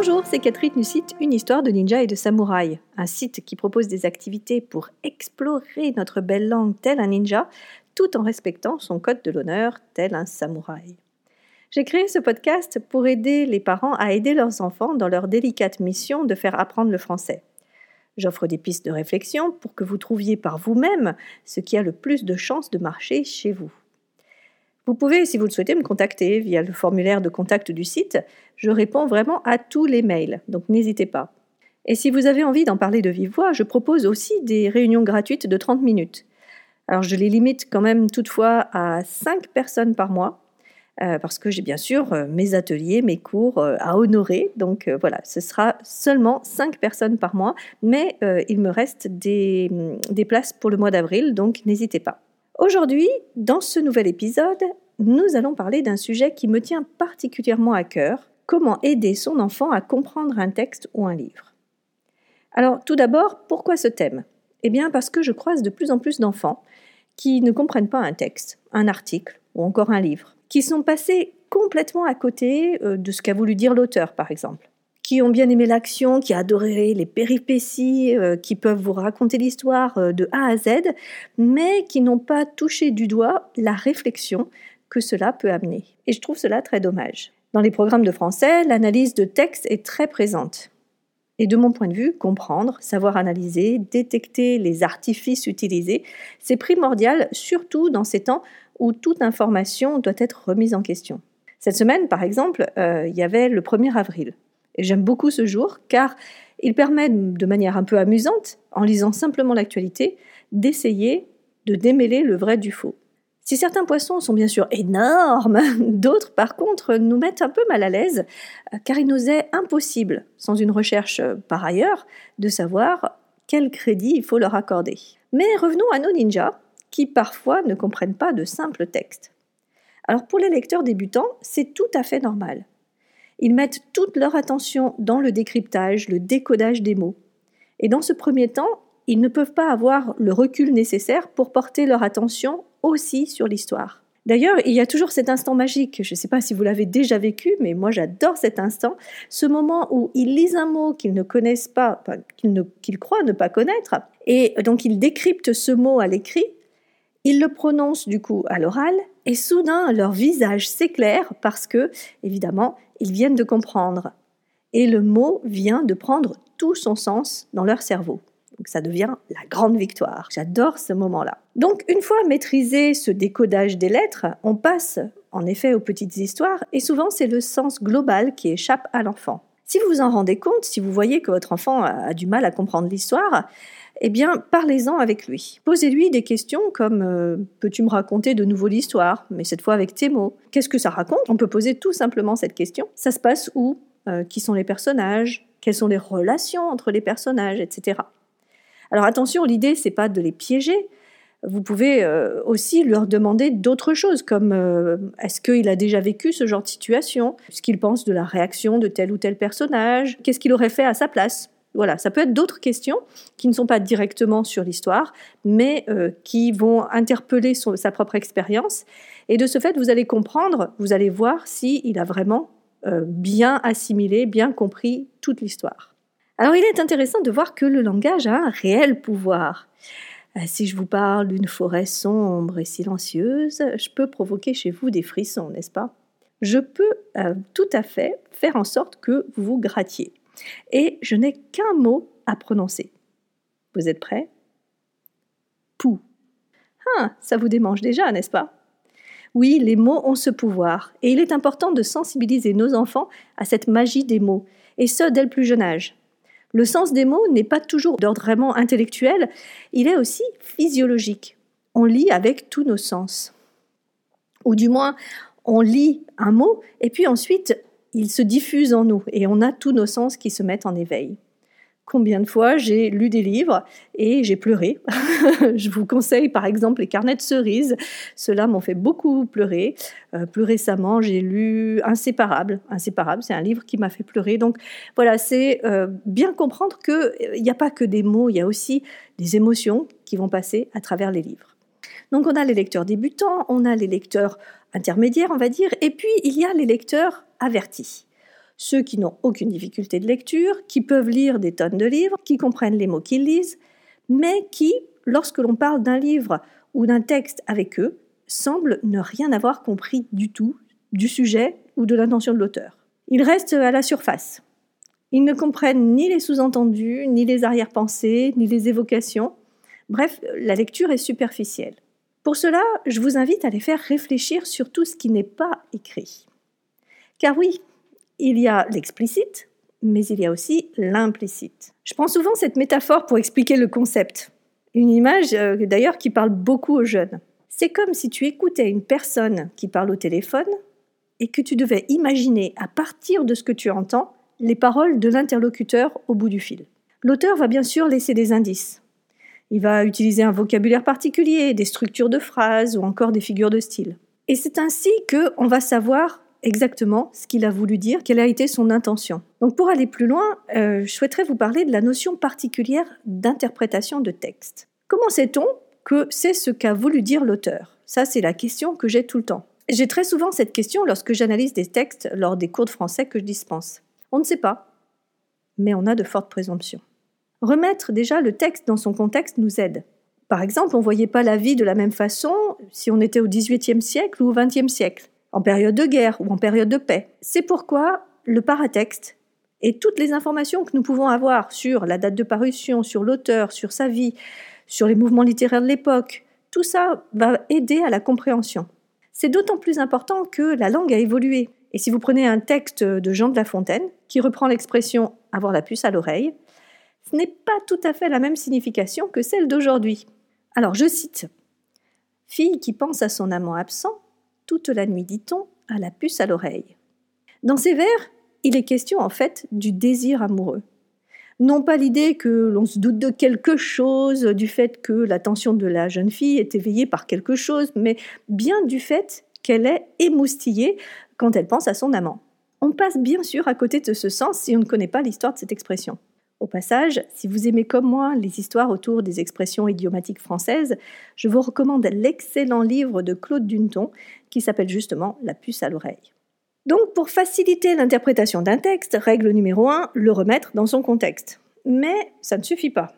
Bonjour, c'est Catherine du site Une histoire de ninja et de samouraï, un site qui propose des activités pour explorer notre belle langue tel un ninja, tout en respectant son code de l'honneur tel un samouraï. J'ai créé ce podcast pour aider les parents à aider leurs enfants dans leur délicate mission de faire apprendre le français. J'offre des pistes de réflexion pour que vous trouviez par vous-même ce qui a le plus de chances de marcher chez vous. Vous pouvez, si vous le souhaitez, me contacter via le formulaire de contact du site. Je réponds vraiment à tous les mails, donc n'hésitez pas. Et si vous avez envie d'en parler de vive voix, je propose aussi des réunions gratuites de 30 minutes. Alors je les limite quand même toutefois à 5 personnes par mois, parce que j'ai bien sûr mes ateliers, mes cours à honorer. Donc voilà, ce sera seulement 5 personnes par mois, mais il me reste des places pour le mois d'avril, donc n'hésitez pas. Aujourd'hui, dans ce nouvel épisode, nous allons parler d'un sujet qui me tient particulièrement à cœur, comment aider son enfant à comprendre un texte ou un livre. Alors tout d'abord, pourquoi ce thème ? Eh bien parce que je croise de plus en plus d'enfants qui ne comprennent pas un texte, un article ou encore un livre, qui sont passés complètement à côté de ce qu'a voulu dire l'auteur par exemple, qui ont bien aimé l'action, qui adoré les péripéties, qui peuvent vous raconter l'histoire de A à Z, mais qui n'ont pas touché du doigt la réflexion que cela peut amener. Et je trouve cela très dommage. Dans les programmes de français, l'analyse de texte est très présente. Et de mon point de vue, comprendre, savoir analyser, détecter les artifices utilisés, c'est primordial, surtout dans ces temps où toute information doit être remise en question. Cette semaine, par exemple, il y avait le 1er avril. Et j'aime beaucoup ce jour car il permet de manière un peu amusante, en lisant simplement l'actualité, d'essayer de démêler le vrai du faux. Si certains poissons sont bien sûr énormes, d'autres par contre nous mettent un peu mal à l'aise car il nous est impossible, sans une recherche par ailleurs, de savoir quel crédit il faut leur accorder. Mais revenons à nos ninjas qui parfois ne comprennent pas de simples textes. Alors pour les lecteurs débutants, c'est tout à fait normal. Ils mettent toute leur attention dans le décryptage, le décodage des mots. Et dans ce premier temps, ils ne peuvent pas avoir le recul nécessaire pour porter leur attention aussi sur l'histoire. D'ailleurs, il y a toujours cet instant magique, je ne sais pas si vous l'avez déjà vécu, mais moi j'adore cet instant, ce moment où ils lisent un mot qu'ils ne connaissent pas, qu'ils croient ne pas connaître, et donc ils décryptent ce mot à l'écrit, ils le prononcent du coup à l'oral, et soudain leur visage s'éclaire parce que, évidemment, ils viennent de comprendre. Et le mot vient de prendre tout son sens dans leur cerveau. Donc ça devient la grande victoire. J'adore ce moment-là. Donc une fois maîtrisé ce décodage des lettres, on passe en effet aux petites histoires et souvent c'est le sens global qui échappe à l'enfant. Si vous vous en rendez compte, si vous voyez que votre enfant a du mal à comprendre l'histoire, eh bien, parlez-en avec lui. Posez-lui des questions comme « Peux-tu me raconter de nouveau l'histoire ?» mais cette fois avec tes mots. Qu'est-ce que ça raconte ? On peut poser tout simplement cette question. Ça se passe où ? Qui sont les personnages ? Quelles sont les relations entre les personnages, etc. Alors attention, l'idée, c'est pas de les piéger. Vous pouvez aussi leur demander d'autres choses, comme est-ce qu'il a déjà vécu ce genre de situation ? Ce qu'il pense de la réaction de tel ou tel personnage ? Qu'est-ce qu'il aurait fait à sa place ? Voilà, ça peut être d'autres questions qui ne sont pas directement sur l'histoire, mais qui vont interpeller sa propre expérience. Et de ce fait, vous allez comprendre, vous allez voir s'il a vraiment bien assimilé, bien compris toute l'histoire. Alors, il est intéressant de voir que le langage a un réel pouvoir. Si je vous parle d'une forêt sombre et silencieuse, je peux provoquer chez vous des frissons, n'est-ce pas ? Je peux tout à fait faire en sorte que vous vous grattiez. Et je n'ai qu'un mot à prononcer. Vous êtes prêts ? Pou. Ah, ça vous démange déjà, n'est-ce pas ? Oui, les mots ont ce pouvoir, et il est important de sensibiliser nos enfants à cette magie des mots, et ce, dès le plus jeune âge. Le sens des mots n'est pas toujours d'ordre vraiment intellectuel, il est aussi physiologique. On lit avec tous nos sens. Ou du moins, on lit un mot, et puis ensuite, il se diffuse en nous et on a tous nos sens qui se mettent en éveil. Combien de fois j'ai lu des livres et j'ai pleuré. Je vous conseille par exemple les carnets de cerises. Ceux-là m'ont fait beaucoup pleurer. Plus récemment, j'ai lu Inséparables. Inséparables, c'est un livre qui m'a fait pleurer. Donc voilà, c'est bien comprendre qu'il n'y a pas que des mots, il y a aussi des émotions qui vont passer à travers les livres. Donc on a les lecteurs débutants, on a les lecteurs intermédiaires, on va dire, et puis il y a les lecteurs avertis. Ceux qui n'ont aucune difficulté de lecture, qui peuvent lire des tonnes de livres, qui comprennent les mots qu'ils lisent, mais qui, lorsque l'on parle d'un livre ou d'un texte avec eux, semblent ne rien avoir compris du tout du sujet ou de l'intention de l'auteur. Ils restent à la surface. Ils ne comprennent ni les sous-entendus, ni les arrière-pensées, ni les évocations. Bref, la lecture est superficielle. Pour cela, je vous invite à les faire réfléchir sur tout ce qui n'est pas écrit. Car oui, il y a l'explicite, mais il y a aussi l'implicite. Je prends souvent cette métaphore pour expliquer le concept. Une image d'ailleurs qui parle beaucoup aux jeunes. C'est comme si tu écoutais une personne qui parle au téléphone et que tu devais imaginer, à partir de ce que tu entends, les paroles de l'interlocuteur au bout du fil. L'auteur va bien sûr laisser des indices. Il va utiliser un vocabulaire particulier, des structures de phrases ou encore des figures de style. Et c'est ainsi qu'on va savoir exactement ce qu'il a voulu dire, quelle a été son intention. Donc pour aller plus loin, je souhaiterais vous parler de la notion particulière d'interprétation de texte. Comment sait-on que c'est ce qu'a voulu dire l'auteur ? Ça, c'est la question que j'ai tout le temps. J'ai très souvent cette question lorsque j'analyse des textes lors des cours de français que je dispense. On ne sait pas, mais on a de fortes présomptions. Remettre déjà le texte dans son contexte nous aide. Par exemple, on ne voyait pas la vie de la même façon si on était au XVIIIe siècle ou au XXe siècle, en période de guerre ou en période de paix. C'est pourquoi le paratexte et toutes les informations que nous pouvons avoir sur la date de parution, sur l'auteur, sur sa vie, sur les mouvements littéraires de l'époque, tout ça va aider à la compréhension. C'est d'autant plus important que la langue a évolué. Et si vous prenez un texte de Jean de La Fontaine, qui reprend l'expression « avoir la puce à l'oreille », ce n'est pas tout à fait la même signification que celle d'aujourd'hui. Alors je cite « Fille qui pense à son amant absent, toute la nuit dit-on, a la puce à l'oreille ». Dans ces vers, il est question en fait du désir amoureux. Non pas l'idée que l'on se doute de quelque chose, du fait que l'attention de la jeune fille est éveillée par quelque chose, mais bien du fait qu'elle est émoustillée quand elle pense à son amant. On passe bien sûr à côté de ce sens si on ne connaît pas l'histoire de cette expression. Au passage, si vous aimez comme moi les histoires autour des expressions idiomatiques françaises, je vous recommande l'excellent livre de Claude Dunton qui s'appelle justement « La puce à l'oreille ». Donc, pour faciliter l'interprétation d'un texte, règle numéro 1, le remettre dans son contexte. Mais ça ne suffit pas.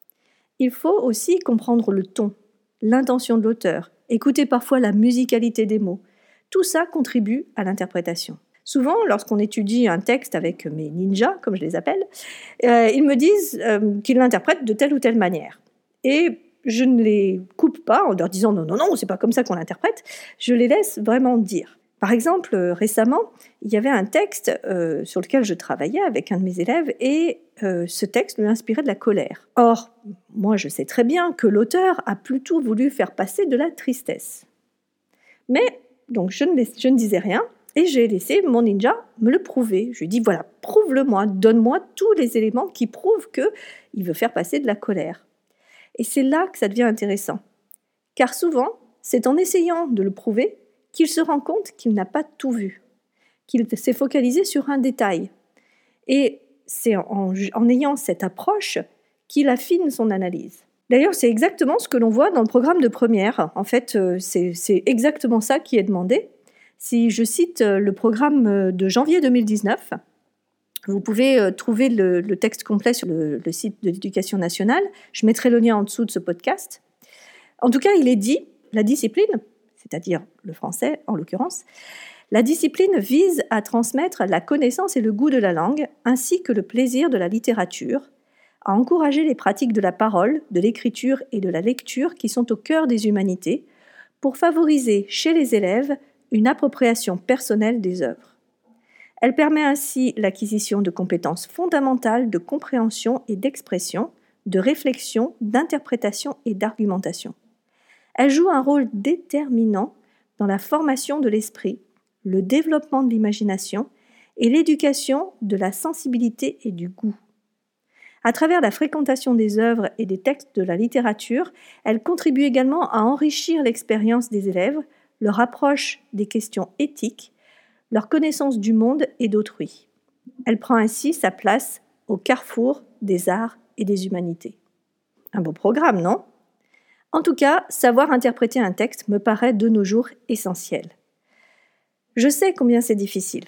Il faut aussi comprendre le ton, l'intention de l'auteur, écouter parfois la musicalité des mots. Tout ça contribue à l'interprétation. Souvent, lorsqu'on étudie un texte avec mes ninjas, comme je les appelle, ils me disent qu'ils l'interprètent de telle ou telle manière. Et je ne les coupe pas en leur disant « non, c'est pas comme ça qu'on l'interprète », je les laisse vraiment dire. Par exemple, récemment, il y avait un texte sur lequel je travaillais avec un de mes élèves et ce texte lui inspirait de la colère. Or, moi je sais très bien que l'auteur a plutôt voulu faire passer de la tristesse. Mais, donc je ne disais rien et j'ai laissé mon ninja me le prouver. Je lui ai dit, voilà, prouve-le-moi, donne-moi tous les éléments qui prouvent qu'il veut faire passer de la colère. Et c'est là que ça devient intéressant. Car souvent, c'est en essayant de le prouver qu'il se rend compte qu'il n'a pas tout vu, qu'il s'est focalisé sur un détail. Et c'est en ayant cette approche qu'il affine son analyse. D'ailleurs, c'est exactement ce que l'on voit dans le programme de première. En fait, c'est exactement ça qui est demandé. Si je cite le programme de janvier 2019, vous pouvez trouver le texte complet sur le site de l'Éducation nationale. Je mettrai le lien en dessous de ce podcast. En tout cas, il est dit, la discipline, c'est-à-dire le français en l'occurrence, la discipline vise à transmettre la connaissance et le goût de la langue, ainsi que le plaisir de la littérature, à encourager les pratiques de la parole, de l'écriture et de la lecture qui sont au cœur des humanités, pour favoriser chez les élèves une appropriation personnelle des œuvres. Elle permet ainsi l'acquisition de compétences fondamentales de compréhension et d'expression, de réflexion, d'interprétation et d'argumentation. Elle joue un rôle déterminant dans la formation de l'esprit, le développement de l'imagination et l'éducation de la sensibilité et du goût. À travers la fréquentation des œuvres et des textes de la littérature, elle contribue également à enrichir l'expérience des élèves, leur approche des questions éthiques, leur connaissance du monde et d'autrui. Elle prend ainsi sa place au carrefour des arts et des humanités. Un beau programme, non ? En tout cas, savoir interpréter un texte me paraît de nos jours essentiel. Je sais combien c'est difficile.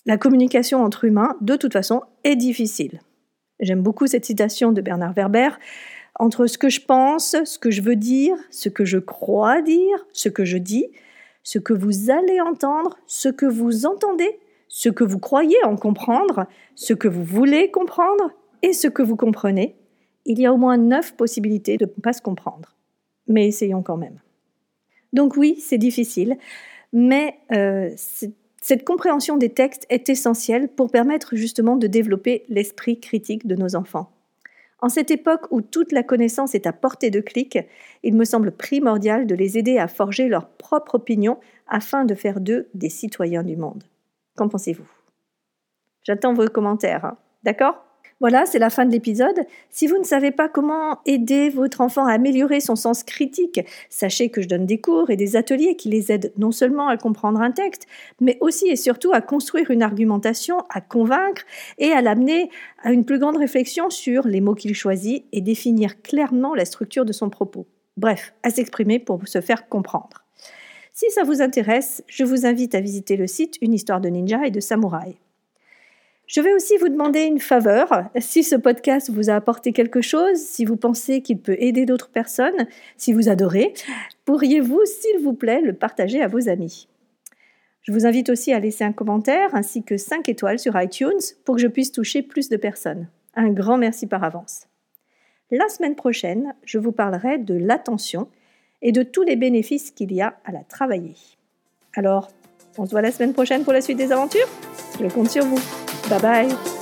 La communication entre humains, de toute façon, est difficile. J'aime beaucoup cette citation de Bernard Werber. Entre ce que je pense, ce que je veux dire, ce que je crois dire, ce que je dis, ce que vous allez entendre, ce que vous entendez, ce que vous croyez en comprendre, ce que vous voulez comprendre et ce que vous comprenez, il y a au moins 9 possibilités de ne pas se comprendre. Mais essayons quand même. Donc oui, c'est difficile, mais cette compréhension des textes est essentielle pour permettre justement de développer l'esprit critique de nos enfants. En cette époque où toute la connaissance est à portée de clic, il me semble primordial de les aider à forger leur propre opinion afin de faire d'eux des citoyens du monde. Qu'en pensez-vous ? J'attends vos commentaires, d'accord ? Voilà, c'est la fin de l'épisode. Si vous ne savez pas comment aider votre enfant à améliorer son sens critique, sachez que je donne des cours et des ateliers qui les aident non seulement à comprendre un texte, mais aussi et surtout à construire une argumentation, à convaincre et à l'amener à une plus grande réflexion sur les mots qu'il choisit et définir clairement la structure de son propos. Bref, à s'exprimer pour se faire comprendre. Si ça vous intéresse, je vous invite à visiter le site Une histoire de ninja et de samouraï. Je vais aussi vous demander une faveur. Si ce podcast vous a apporté quelque chose, si vous pensez qu'il peut aider d'autres personnes, si vous adorez, pourriez-vous, s'il vous plaît, le partager à vos amis ? Je vous invite aussi à laisser un commentaire ainsi que 5 étoiles sur iTunes pour que je puisse toucher plus de personnes. Un grand merci par avance. La semaine prochaine, je vous parlerai de l'attention et de tous les bénéfices qu'il y a à la travailler. Alors, on se voit la semaine prochaine pour la suite des aventures ? Je compte sur vous. Bye bye.